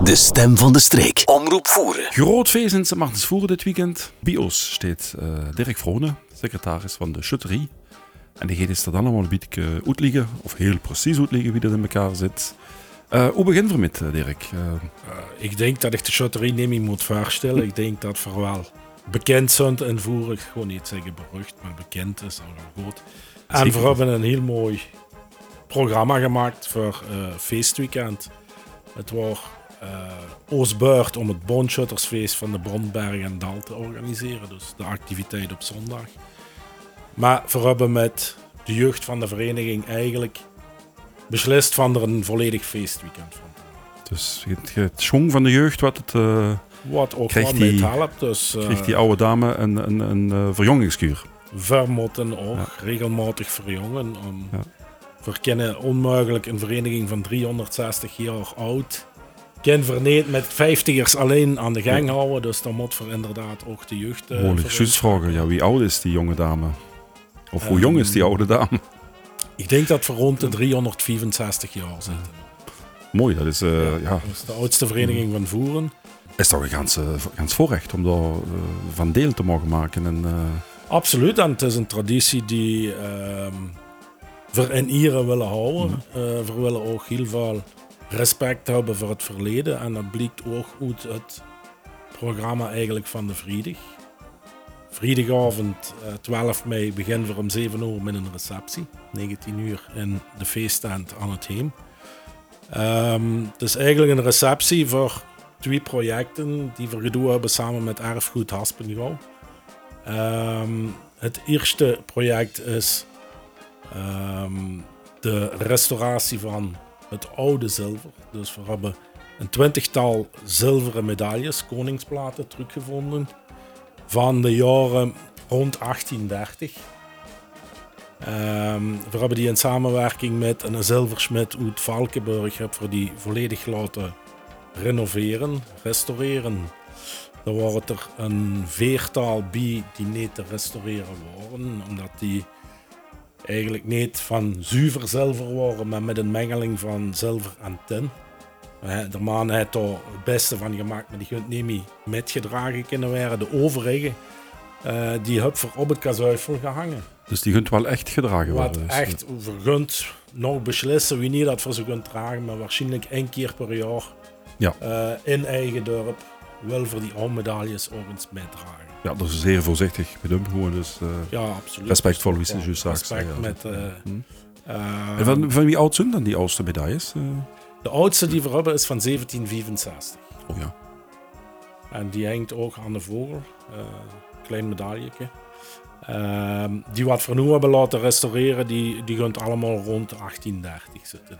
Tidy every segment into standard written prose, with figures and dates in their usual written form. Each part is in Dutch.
De stem van de streek. Omroep Voeren. Groot feest in Sint-Maartensvoeren dit weekend. Bij ons staat Dirk Vrone, secretaris van de Schutterie. En die gaat is er dan allemaal een beetje uitleggen, of heel precies uitleggen wie dat in elkaar zit. Hoe beginnen we met, Dirk? Ik denk dat ik de Schutterie niet meer moet voorstellen. Ik denk dat het wel bekend zijn en Voeren, gewoon niet zeggen berucht, maar bekend is al wel goed. En we hebben een heel mooi programma gemaakt voor feestweekend. Het was ons beurt om het Bonschuttersfeest van de Bronberg en Dal te organiseren. Dus de activiteit op zondag. Maar we hebben met de jeugd van de vereniging eigenlijk beslist van er een volledig feestweekend van te maken. Dus het schwung van de jeugd wat het... Wat ook wel mee helpt. Dus, krijgt die oude dame een verjongingskuur. Vermotten ook regelmatig verjongen. We kennen onmogelijk een vereniging van 360 jaar oud. Ken verneed met 50ers alleen aan de gang houden. Dus dan moet voor inderdaad ook de jeugd... Mogelijk juist vragen, wie oud is die jonge dame? Of hoe jong is die oude dame? Ik denk dat we rond de 364 jaar zitten. Mooi, dat is... Dat is de oudste vereniging van Voeren. Is toch een gans voorrecht om daar van deel te mogen maken? En, Absoluut, en het is een traditie die we in Ieren willen houden. We willen ook heel veel respect hebben voor het verleden. En dat blijkt ook uit het programma eigenlijk van de vrijdag. Vrijdagavond 12 mei beginnen we om 7 uur met een receptie. 19 uur in de feesttent aan het Heem. Het is eigenlijk een receptie voor 2 projecten die we gedaan hebben samen met Erfgoed Haspengouw. Het eerste project is de restauratie van het oude zilver. Dus we hebben een 20-tal zilveren medailles, koningsplaten, teruggevonden van de jaren rond 1830. We hebben die in samenwerking met een zilversmid uit Valkenburg voor die volledig laten renoveren, restaureren. Er waren er een 4-tal bij die niet te restaureren waren, omdat die eigenlijk niet van zuiver zilver waren, maar met een mengeling van zilver en tin. De man heeft er het beste van gemaakt, maar die kunt niet meer metgedragen kunnen worden. De overige, die hebben voor op het kazuifel gehangen. Dus die kunt wel echt gedragen worden? Wat echt, we kunt nog beslissen wie niet dat voor ze kunt dragen, maar waarschijnlijk 1 keer per jaar in eigen dorp wel voor die oude medailles ook eens meedragen. Ja, dat is zeer voorzichtig met hem gewoon, dus absoluut. Respectvol, wie ze juist straks respect met... en van wie oud zijn dan die oudste medailles? De oudste die we hebben is van 1765. Oh ja. En die hangt ook aan de vogel. Klein medailletje. Die wat we nu hebben laten restaureren, die gaat allemaal rond 1830 zitten.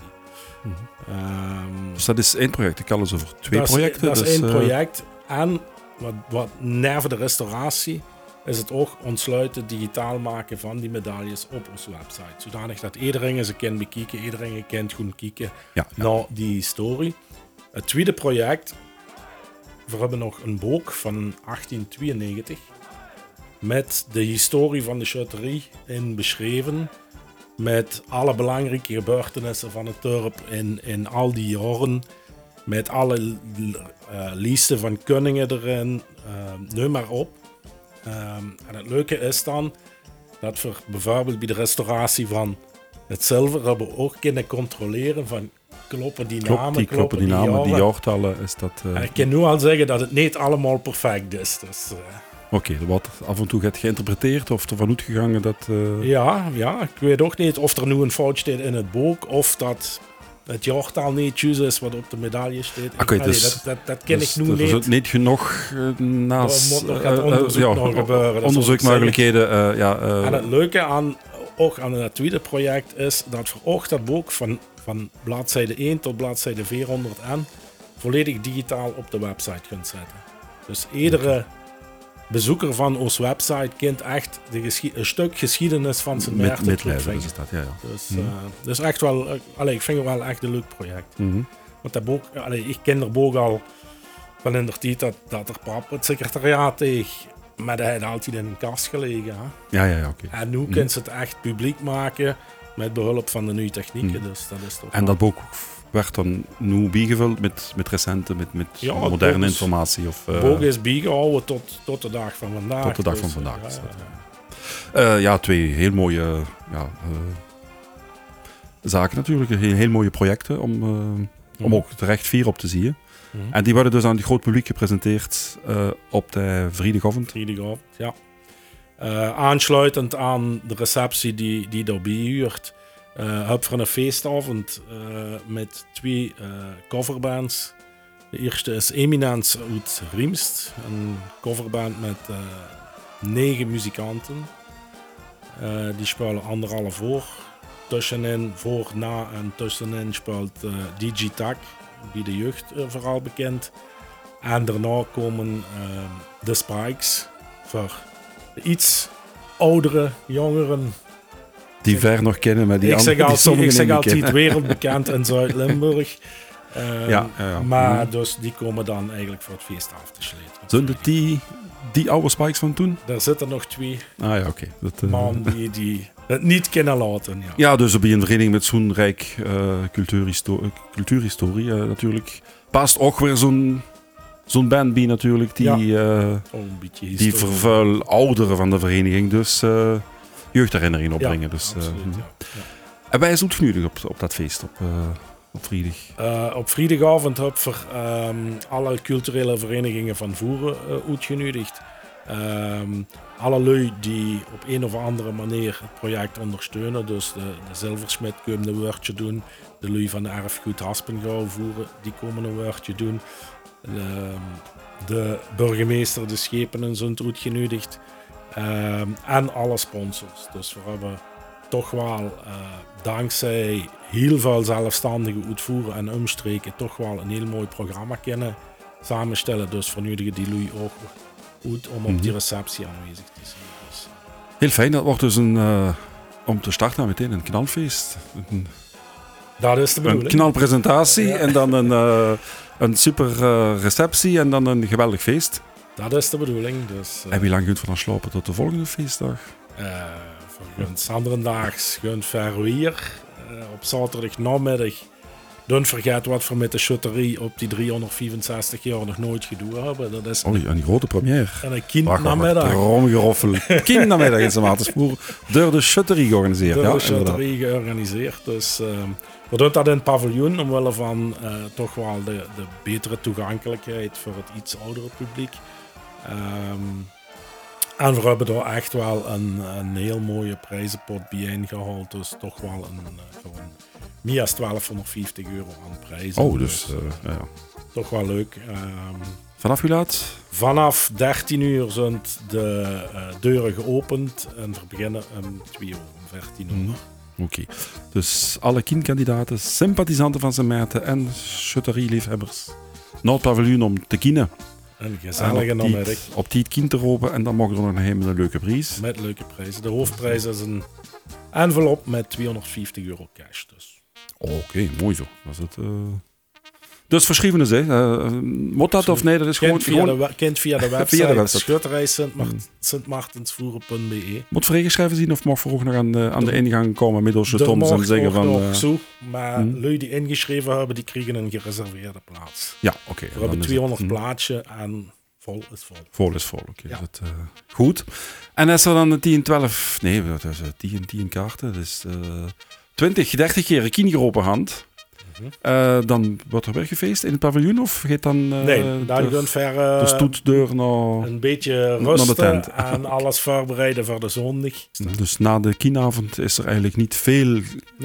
Dus dat is 1 project. Ik kan het over 2 projecten. Dat is 1 project. En wat na de restauratie is het ook ontsluiten, digitaal maken van die medailles op onze website. Zodanig dat iedereen ze kan bekijken, iedereen kan goed kijken naar die historie. Het tweede project, we hebben nog een boek van 1892 met de historie van de schutterie in beschreven. Met alle belangrijke gebeurtenissen van het dorp in al die jaren. Met alle lijsten van koningen erin, noem maar op. En het leuke is dan dat we bijvoorbeeld bij de restauratie van het zilver hebben ook kunnen controleren van kloppen die namen, die jaartallen. Is dat, ik kan nu al zeggen dat het niet allemaal perfect is. Dus, Oké, er wordt af en toe geïnterpreteerd of er vanuit gegaan dat... Ja, ik weet ook niet of er nu een fout staat in het boek of dat het jaartal niet juist is wat op de medaille staat. Dat ken ik nu niet. Er is niet genoeg naast... Er moet nog onderzoek nog gebeuren. Onderzoekmogelijkheden. En het leuke aan het tweede project is dat we ook dat boek van bladzijde 1 tot bladzijde 400 volledig digitaal op de website kunt zetten. Dus iedere bezoeker van onze website kent echt een stuk geschiedenis van zijn merk te terugvinden. Dus echt wel, ik vind het wel echt een leuk project. Want dat boek, ik ken er boek al van in de tijd dat er pap het secretariaat tegen, maar dat heeft altijd in een kast gelegen. Hè? Oké. En nu kunt ze het echt publiek maken met behulp van de nieuwe technieken. Dus dat is toch en dat boek werd dan nu bijgevuld met recente, met moderne informatie. Boog is bijgehouden tot de dag van vandaag. Tot de dag van vandaag. Ja, twee heel mooie zaken natuurlijk. Heel mooie projecten om ook terecht vier op te zien. Mm-hmm. En die worden dus aan het groot publiek gepresenteerd op de vrijdagavond. Vrijdagavond, ja. Aansluitend aan de receptie die daarbij huurt, heb voor een feestavond met 2 coverbands. De eerste is Eminence uit Riemst, een coverband met 9 muzikanten. Die spelen 1,5 uur. Tussenin, voor, na en tussenin speelt Digitak, bij de jeugd vooral bekend. En daarna komen de Spikes voor de iets oudere jongeren. Die ver nog kennen, maar ik zeg altijd wereldbekend in Zuid-Limburg. Maar dus die komen dan eigenlijk voor het feest af te sleten. Zijn het die oude Spikes van toen? Daar zitten nog 2 oké. mannen die het niet kunnen laten. Ja, dus bij een vereniging met zo'n rijk cultuurhistorie natuurlijk. Past ook weer zo'n band bij natuurlijk, die vervuil ouderen van de vereniging, dus jeugdherinneringen opbrengen. Ja, dus, absoluut, En wij zijn uitgenodigd op dat feest op vrijdag. Op vrijdagavond heb ik alle culturele verenigingen van Voeren uitgenodigd. Alle lui die op een of andere manier het project ondersteunen, dus de Zilversmid komen een woordje doen, de lui van de Erfgoed Haspengouw Voeren, die komen een woordje doen. De burgemeester, de schepenen zijn uitgenodigd. En alle sponsors. Dus we hebben toch wel, dankzij heel veel zelfstandige uitvoeren en omstreken, toch wel een heel mooi programma kunnen samenstellen. Dus vernodigen die lui ook uit om op die receptie aanwezig te zijn. Dus. Heel fijn, dat wordt dus om te starten meteen een knalfeest. Dat is de bedoeling. Een knalpresentatie en dan een super receptie en dan een geweldig feest. Dat is de bedoeling. Dus, en wie lang kunt van slopen tot de volgende feestdag? Voor Sanderdaags kunt verweer op zaterdag namiddag. Don't vergeet wat we met de shutterie op die 365 jaar nog nooit gedaan hebben. Dat is een grote première. En een kindnamiddag. Romgeroffel. Kindnamiddag in Sint-Maartenspoor door de shutterie georganiseerd. Door de shutterie georganiseerd. Dus we doen dat in het paviljoen omwille van toch wel de betere toegankelijkheid voor het iets oudere publiek. En we hebben er echt wel een heel mooie prijzenpot bijeen gehaald. Dus toch wel gewoon meer dan 1250 euro aan prijzen. Oh, dus ja. Toch wel leuk. Vanaf hoe laat? Vanaf 13 uur zijn de deuren geopend en we beginnen om 2 uur, om 14 uur. Oké. Dus alle kindkandidaten, sympathisanten van zijn maten en shutterieliefhebbers naar het paviljoen om te kiezen. Een gezellige namiddag. Op die kind te roepen en dan mogen we nog een leuke prijs. Met leuke prijzen. De hoofdprijs is een envelop met 250 euro cash. Dus. Oké, mooi zo. Dat is het, Dus verschrijven ze. Moet dat of nee? Dat is kind via de website. Via de website. Schutterij Sint-Martensvoeren.be. Moet voorgeschreven zien of mag voor ook nog aan de ingang komen middels de toms en zeggen van... Zo, maar lui die ingeschreven hebben, die krijgen een gereserveerde plaats. Ja, oké. We hebben 200 plaatsen en vol is vol. Vol is vol, oké. Ja. Goed. En is er dan 10, 12... Nee, dat is 10 kaarten. Dus 20, 30 keer een kingeropen hand. Dan wordt er weer gefeest in het paviljoen of gaat dan nee, dan gaan ver de stoetdeur naar een beetje rusten naar de tent. En alles voorbereiden voor de zondag. Dus na de kienavond is er eigenlijk niet veel,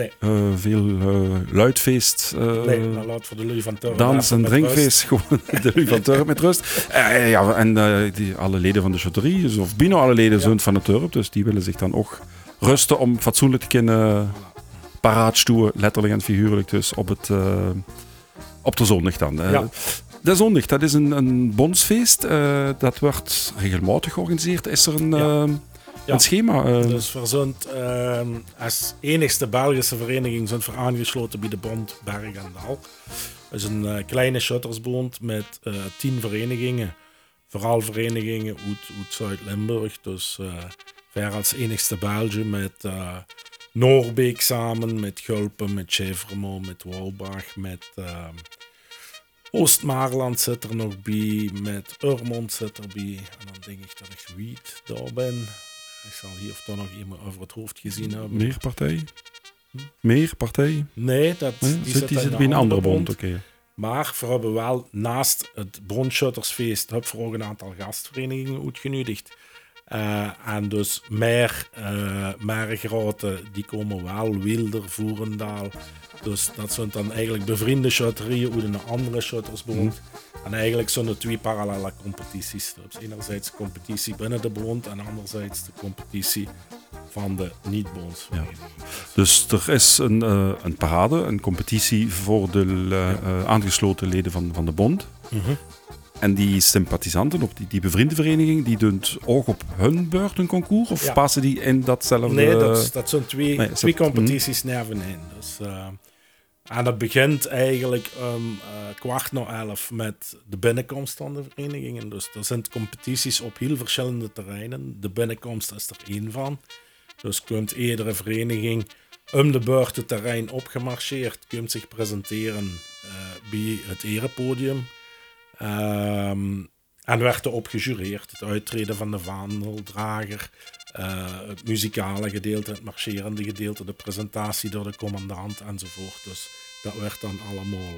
luidfeest. Nee, dan laat voor de lui van Turp dans- en drinkfeest gewoon de lui van Turp met rust. Alle leden van de shutterie, dus, of bijna alle leden zijn van de Turp, dus die willen zich dan ook rusten om fatsoenlijk te kunnen... paraatstoer, letterlijk en figuurlijk dus, op de zondag dan. De zondag, dat is een bondsfeest. Dat wordt regelmatig georganiseerd. Is er een schema? Dus we zijn als enigste Belgische vereniging zijn we aangesloten bij de bond Berg en Dal. Dat is een kleine shuttersbond met 10 verenigingen. Vooral verenigingen uit Zuid-Limburg. Dus ver als enigste België met... Noorbeek samen, met Gulpen, met Chevremo, met Wolbach, met Oost-Maarland zit er nog bij, met Urmond zit er bij. En dan denk ik dat ik Wiet daar ben. Ik zal hier of daar nog iemand over het hoofd gezien hebben. Meer partij? Nee, die zit bij een andere bond. Oké. Maar we hebben wel naast het Bronschuttersfeest hebben we ook een aantal gastverenigingen uitgenodigd. En dus meer grote, die komen wel, Wilder, Voerendaal. Dus dat zijn dan eigenlijk bevriende schutterieën uit een andere schuttersbond. En eigenlijk zijn er 2 parallele competities. Dus enerzijds de competitie binnen de bond en anderzijds de competitie van de niet-bondsverenigingen. Ja. Dus er is een parade, een competitie voor de aangesloten leden van de bond. Mm-hmm. En die sympathisanten op die bevriende vereniging, die doen ook op hun beurt een concours? Of passen die in datzelfde... Nee, dat zijn twee competities nevenin. Dus, en dat begint eigenlijk 11:15 met de binnenkomst van de verenigingen. Dus er zijn competities op heel verschillende terreinen. De binnenkomst is er één van. Dus komt iedere vereniging om de beurt het terrein opgemarcheerd, komt zich presenteren bij het erepodium. En werd erop gejureerd. Het uittreden van de vaandeldrager, het muzikale gedeelte, het marcherende gedeelte, de presentatie door de commandant enzovoort. Dus dat werd dan allemaal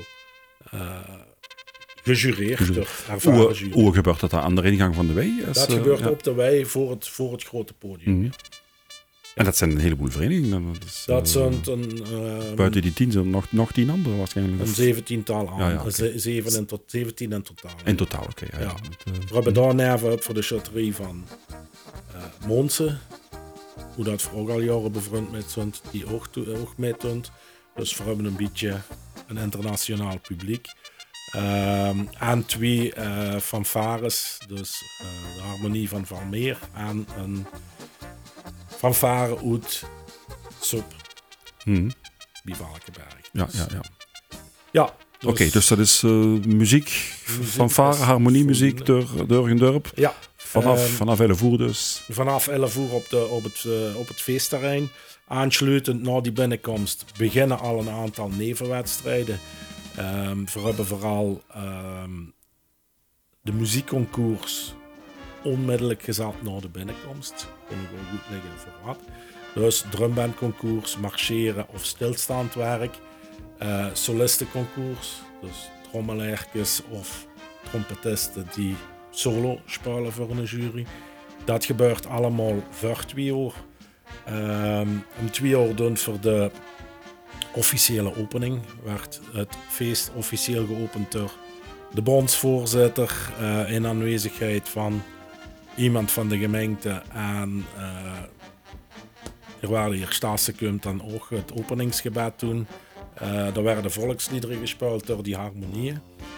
gejureerd door ervaren jury. Hoe gebeurt dat aan de ingang van de wei? Dat gebeurt op de wei voor het grote podium. Mm-hmm. En dat zijn een heleboel verenigingen. Dat zijn buiten die 10 zijn nog 10 andere waarschijnlijk. Een 17-tal aan. Ja, okay. 17 in totaal. In totaal, oké. Ja. We hebben daar neven voor de schutterie van Monse. Hoe dat voor ook al jaren bevriend met zijn, die ook mee doet. Dus we hebben een beetje een internationaal publiek. En 2 fanfares. Dus de Harmonie van Valmeer en een fanfare uit Sub bij Valkenberg. Ja. Dus Oké, dus dat is muziek, fanfare, harmoniemuziek door een dorp. Ja. Vanaf 11 uur dus. Vanaf 11 uur op het feestterrein. Aansluitend na die binnenkomst beginnen al een aantal nevenwedstrijden. We hebben vooral de muziekconcours onmiddellijk gezet na de binnenkomst. Kon ik wel goed liggen voor wat. Dus drumbandconcours, marcheren of stilstaand werk. Solistenconcours, dus trommelaartjes of trompetisten die solo spelen voor een jury. Dat gebeurt allemaal voor 2 uur. Om 2 uur doen voor de officiële opening. Werd het feest officieel geopend door de bondsvoorzitter in aanwezigheid van iemand van de gemeente. En er waren hier staatssecunt dan ook het openingsgebed doen. Er werden volksliederen gespeeld door die harmonieën.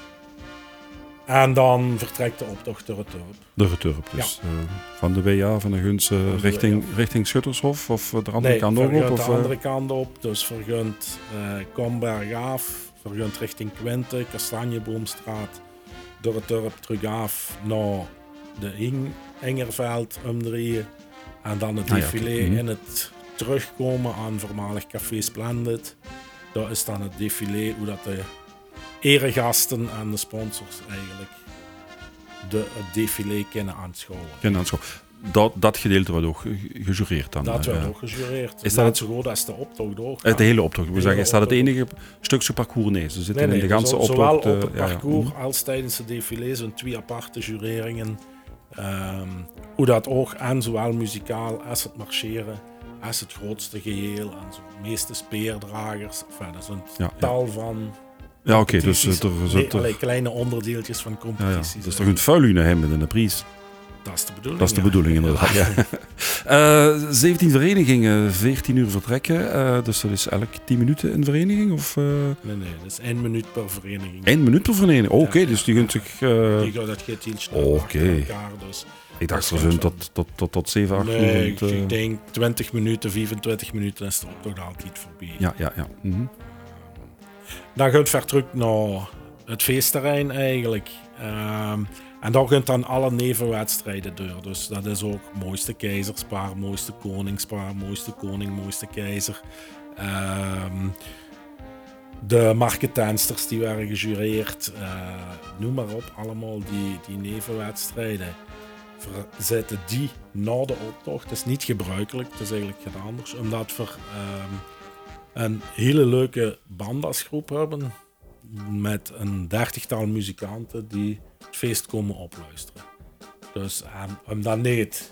En dan vertrekt de optocht door het dorp. Door het dorp, dus van de WA, van de Guns richting Schuttershof of de andere kant op? Nee, de andere kant op. Dus vergunt Komberg af, vergunt richting Quinte, Kastanjeboomstraat, door het dorp terug af naar de Engerveld omdraaien. En dan het défilé in het terugkomen aan voormalig Café Splendid. Dat is dan het défilé, hoe dat de eregasten en de sponsors eigenlijk het défilé kunnen aanschouwen. Dat gedeelte wordt ook gejureerd dan? Dat wordt ook gejureerd. Is dat het zo goed als de optocht ook? De hele optocht. We zeggen, is dat het enige stukje parcours? Nee, ze zitten in de ganse optocht. Zowel op het parcours als tijdens de défilé zijn 2 aparte jureringen. Hoe dat ook, en zowel muzikaal als het marcheren, als het grootste geheel, en de meeste speerdragers. Enfin, dat zijn tal van... Ja, oké, dus allerlei kleine onderdeeltjes van competities. Ja. Dus er een vuilune hebben in de prijs. Dat is de bedoeling. Dat is de bedoeling, inderdaad. Ja. 17 verenigingen, 14 uur vertrekken. Dus dat is elk 10 minuten een vereniging? Of, Nee, dat is 1 minuut per vereniging. 1 minuut per vereniging? Oké, dus die kunt zich... Dat gaat heel snel elkaar. Dus ik dacht er zijn tot 7, 8 uur. Nee, ik denk 20 minuten, 25 minuten is er ook toch altijd voorbij. Ja. Mm-hmm. Dan gaat het ver terug naar het feestterrein eigenlijk. En daar kunt dan alle nevenwedstrijden door. Dus dat is ook mooiste keizerspaar, mooiste koningspaar, mooiste koning, mooiste keizer. De marketensters die werden gejureerd. Noem maar op, allemaal die nevenwedstrijden. Zetten die na de optocht. Het is niet gebruikelijk, het is eigenlijk geen anders. Omdat we een hele leuke bandasgroep hebben. Met een 30-tal muzikanten die het feest komen opluisteren. Dus om dan niet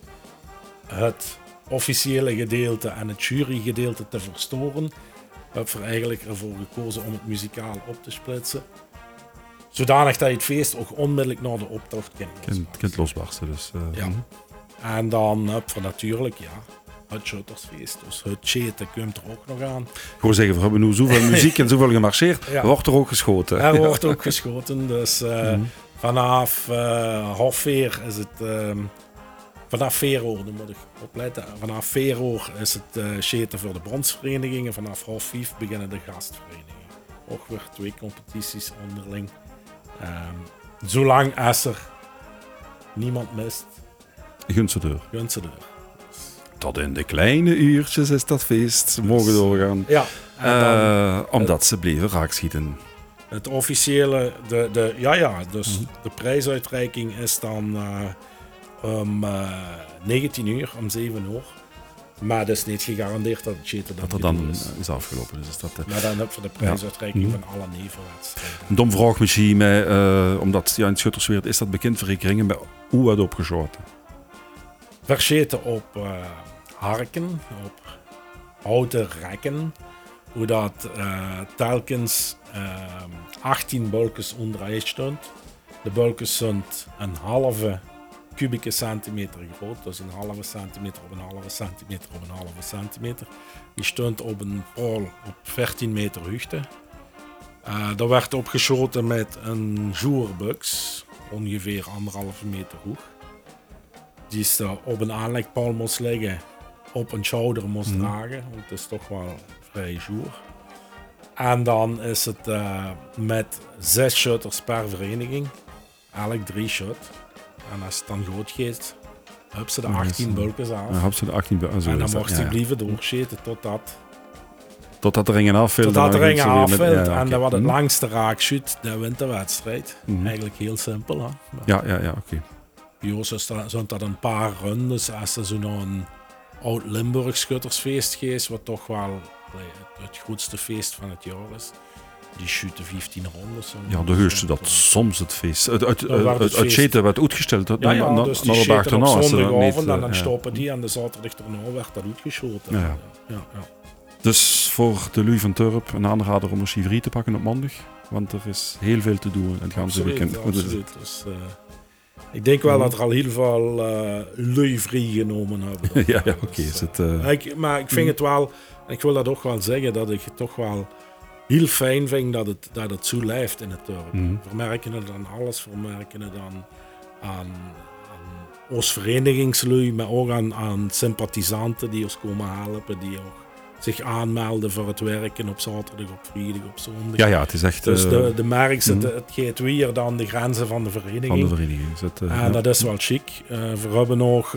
het officiële gedeelte en het jurygedeelte te verstoren, heb ik eigenlijk ervoor gekozen om het muzikaal op te splitsen. Zodanig dat je het feest ook onmiddellijk na de optocht kunt losbarsten. Dus, ja. En dan heb je natuurlijk het Schuttersfeest. Dus het Scheten komt er ook nog aan. Ik wil zeggen, we hebben nu zoveel muziek en zoveel gemarcheerd. Er wordt er ook geschoten. Er wordt ook geschoten. Dus vanaf half 4 is het... vanaf 4 uur, nu moet ik opletten. Vanaf 4 uur is het Scheten voor de bronsverenigingen. Vanaf half 5 beginnen de gastverenigingen. Ook weer 2 competities onderling. Zolang als er niemand mist, Gunt ze deur. gunt ze deur. Tot in de kleine uurtjes is dat feest. Ze mogen doorgaan. Ja, en dan omdat ze bleven raakschieten. het officiële, dus de prijsuitreiking is dan om 19 uur, om 7 uur. Maar het is niet gegarandeerd dat het Scheten Dat er dan is afgelopen. Dus dat, Maar dan heb je de prijsuitreiking van alle nevenwedstrijden. een dom vraag misschien, maar, omdat in het Schutterswereld is dat bekend voor Ringen, maar hoe wordt opgeschoten? Verscheten op harken, op houten rekken, hoe dat telkens 18 bulkjes onderuit stond. De bulkjes zijn een halve kubieke centimeter groot, dus een halve centimeter op een halve centimeter op een halve centimeter. Die stond op een paal op 14 meter hoogte. Dat werd opgeschoten met een jourbuks, ongeveer 1,5 meter hoog. Die is op een aanlegpaal moest liggen, op een schouder moest dragen, want het is toch wel vrij jour. En dan is het met 6 shutters per vereniging, elk 3 shot. En als het dan goed gaat, hebben ze de 18 bulkjes aan. Dan hebben ze de 18 bulkjes. En dan mocht ze blijven doorscheten Totdat de ringen afvult. totdat de ringen afvult. En dan wat het Mhm. langste raak schiet, dat wint de wedstrijd. Eigenlijk heel simpel. Hè? Ja, oké. Bij ons zijn dat een paar rundes. Als er zo nog een oud-Limburg schuttersfeest geeft, wat toch wel het grootste feest van het jaar is. Die shooten 15 rondes. Ja, de heurste dat soms het feest. Het feest. Scheten werd uitgesteld. Dus die naar de dag shooten op daarna. zondagavond en dan stoppen die en de zaterdag erna werd dat uitgeschoten. Ja. Dus voor de Lui van Turp een aanrader om een chivrie te pakken op maandag. Want er is heel veel te doen in het ganse weekend. Absoluut. Dus, ik denk wel dat er al heel veel lui vrij genomen hebben. ja, oké. Maar ik vind het wel, en ik wil dat ook wel zeggen, dat ik het toch wel heel fijn vind dat het zo leeft in het dorp. We merken het aan alles, we merken het aan ons verenigingslui, maar ook aan sympathisanten die ons komen helpen, die ook zich aanmelden voor het werken op zaterdag, op vrijdag, op zondag. Ja, het is echt... Dus de merks, het gaat weer dan de grenzen van de vereniging. En dat is wel chic. We hebben nog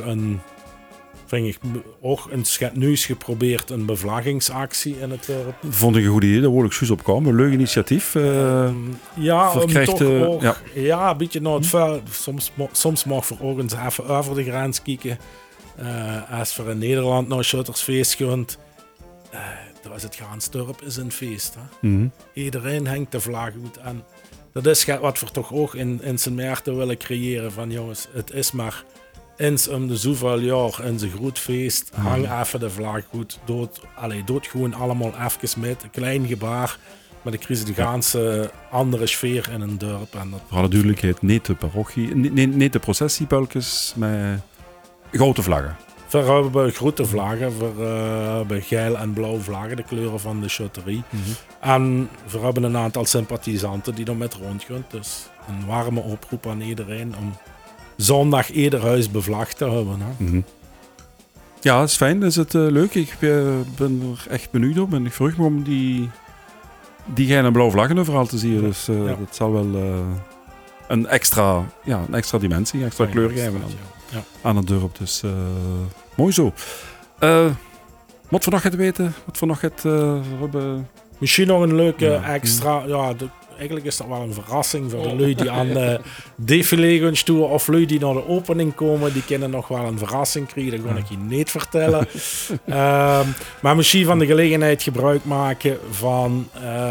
nu is geprobeerd een bevlaggingsactie in het dorp. Vond ik een goed idee, daar word ik juist op komen. Een leuk initiatief. Ja, verkrijgt, toch ook, ja. een beetje naar het vuil. Soms mag we ook eens even over de grens kijken. Als we in Nederland naar Schuttersfeest gaan, dan is het Gansdorp is een feest. Hè? Iedereen hangt de vlag uit. En dat is wat we toch ook in Sint Maarten willen creëren. Van jongens, het is maar eens om de zoveel jaar in zijn groot feest. Hang even de vlag goed. Doet gewoon allemaal even met. Een klein gebaar. Maar dan krijg je de ganse andere sfeer in een dorp. En dat... Voor alle duidelijkheid, niet de parochie, niet de processiepulkjes, maar grote vlaggen. We hebben grote vlaggen, we hebben geel en blauw vlaggen, de kleuren van de schutterie. En we hebben een aantal sympathisanten die er met rondgaan. Dus een warme oproep aan iedereen om zondag ieder huis bevlagd te hebben. Hè? Ja, dat is fijn, dat is het leuk. Ik ben er echt benieuwd op en ik vroeg me om die gele blauw vlaggen overal te zien. Dus dat zal wel een extra dimensie, een extra kleur geven aan het dorp. Dus mooi zo. Wat voor nog het weten? Wat voor nog het hebben? Misschien nog een leuke extra. Ja, eigenlijk is dat wel een verrassing voor de lui die aan de défilé gaan stoeren of lui die naar de opening komen. Die kunnen nog wel een verrassing krijgen. Dat kan ik je niet vertellen. Maar misschien van de gelegenheid gebruik maken van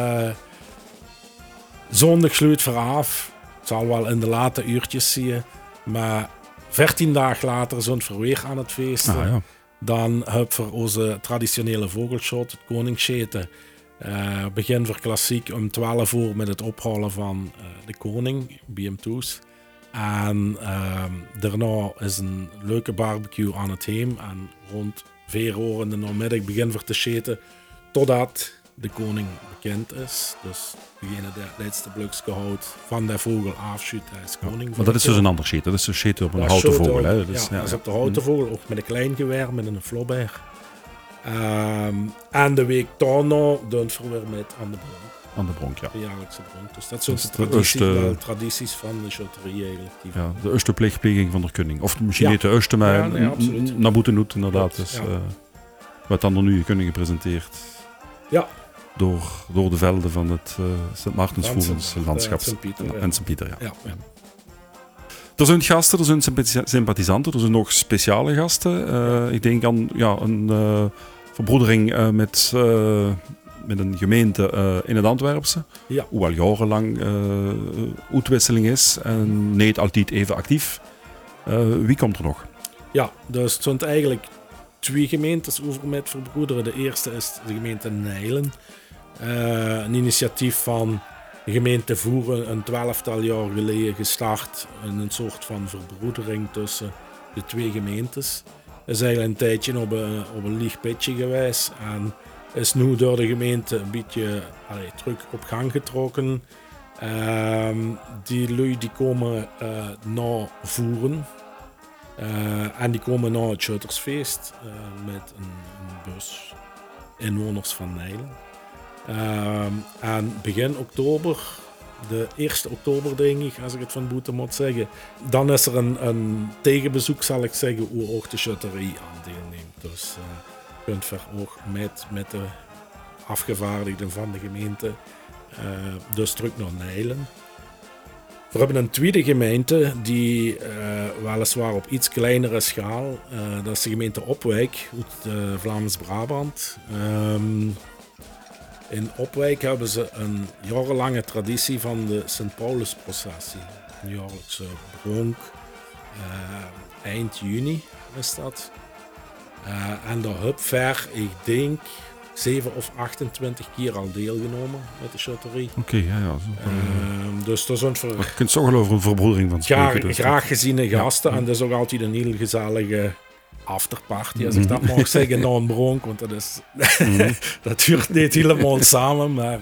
zondag sluit vooraf. Het zal wel in de late uurtjes zien. Maar 14 dagen later zijn we weer aan het feesten. Dan hebben we onze traditionele vogelshot, het koningsscheten. Begin voor klassiek om 12 uur met het ophalen van de koning, BM2's. En daarna is een leuke barbecue aan het heem. En rond 4 uur in de namiddag begin voor te scheten totdat de koning bekend is. Dus degene die het laatste blikje houdt van de vogel afschudt, hij is koning. Maar dat is dus een ander scheten. Dat is een scheten op een houten vogel. Hè? Dus, dat is op de houten vogel, ook met een klein geweer, met een flobber. En de week daarna doen we weer met aan de bronk. Aan de bronk, ja. De jaarlijkse bronk. Dus dat zijn tradities van de chotterie eigenlijk. Ja, de eerste pleegpleging van de koning. Of misschien niet de eerste, maar naar Boetenhoed inderdaad. Dus, wat dan door nu kunnen gepresenteerd. Ja. Door de velden van het Sint Maartensvoerens landschap. En Sint-Pieter, ja. Er zijn gasten, er zijn sympathisanten, er zijn nog speciale gasten. Ik denk aan een verbroedering met een gemeente in het Antwerpse. Ja. Hoewel jarenlang uitwisseling is en niet altijd even actief. Wie komt er nog? Ja, dus het zijn eigenlijk 2 gemeentes over met verbroederen. De eerste is de gemeente Nijlen. Een initiatief van de gemeente Voeren, een 12-tal jaar geleden gestart. Een soort van verbroedering tussen de 2 gemeentes. Is eigenlijk een tijdje op een lieg pitje geweest. En is nu door de gemeente een beetje terug op gang getrokken. Die lui die komen naar Voeren. En die komen naar het Schuttersfeest met een bus inwoners van Nijlen. En begin oktober, de 1 oktober denk ik, als ik het van boete moet zeggen, dan is er een tegenbezoek, zal ik zeggen, hoe ook de chutterie aan deelneemt. Dus je kunt ook met de afgevaardigden van de gemeente dus terug naar Nijlen. We hebben een tweede gemeente die weliswaar op iets kleinere schaal, dat is de gemeente Opwijk uit Vlaams-Brabant. In Opwijk hebben ze een jarenlange traditie van de Sint-Paulus-processie. Een jaarlijkse bronk, eind juni is dat. En daar heb ver, ik denk, 7 of 28 keer al deelgenomen met de chutterie. Oké. Dus dat is een je kunt zo over een verbroedering van spreken. Dus graag geziene gasten en dat is ook altijd een heel gezellige afterparty, als ik dat mag zeggen, na een bronk, want dat is dat duurt niet helemaal samen, maar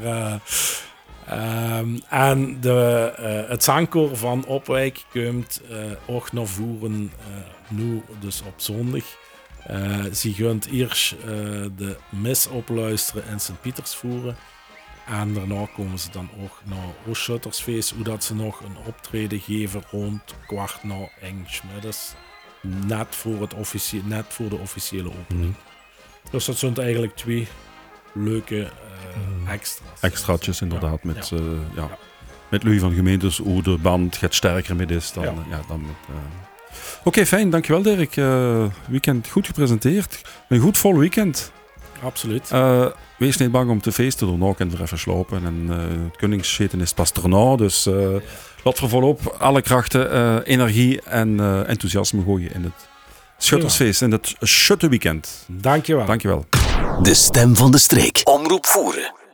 en het zangkoor van Opwijk komt ook naar Voeren nu, dus op zondag. Ze gaan eerst de mis opluisteren in Sint-Pietersvoeren en daarna komen ze dan ook naar Oostschuttersfeest, hoe dat ze nog een optreden geven rond 1:15 net voor de officiële opening. Dus dat zijn eigenlijk 2 leuke extra's. Extraatjes inderdaad, met lui van gemeentes, hoe de band gaat sterker met is dan met... Oké, fijn, dankjewel Dirk. Weekend goed gepresenteerd. Een goed vol weekend. Absoluut. Wees niet bang om te feesten, daarna kunnen we even slopen. En het koningsscheten is pas daarna, dus laat we volop alle krachten, energie en enthousiasme gooien in het Schuttersfeest, in het Schutterweekend. Dankjewel. Dankjewel. De stem van de streek. Omroep Voeren.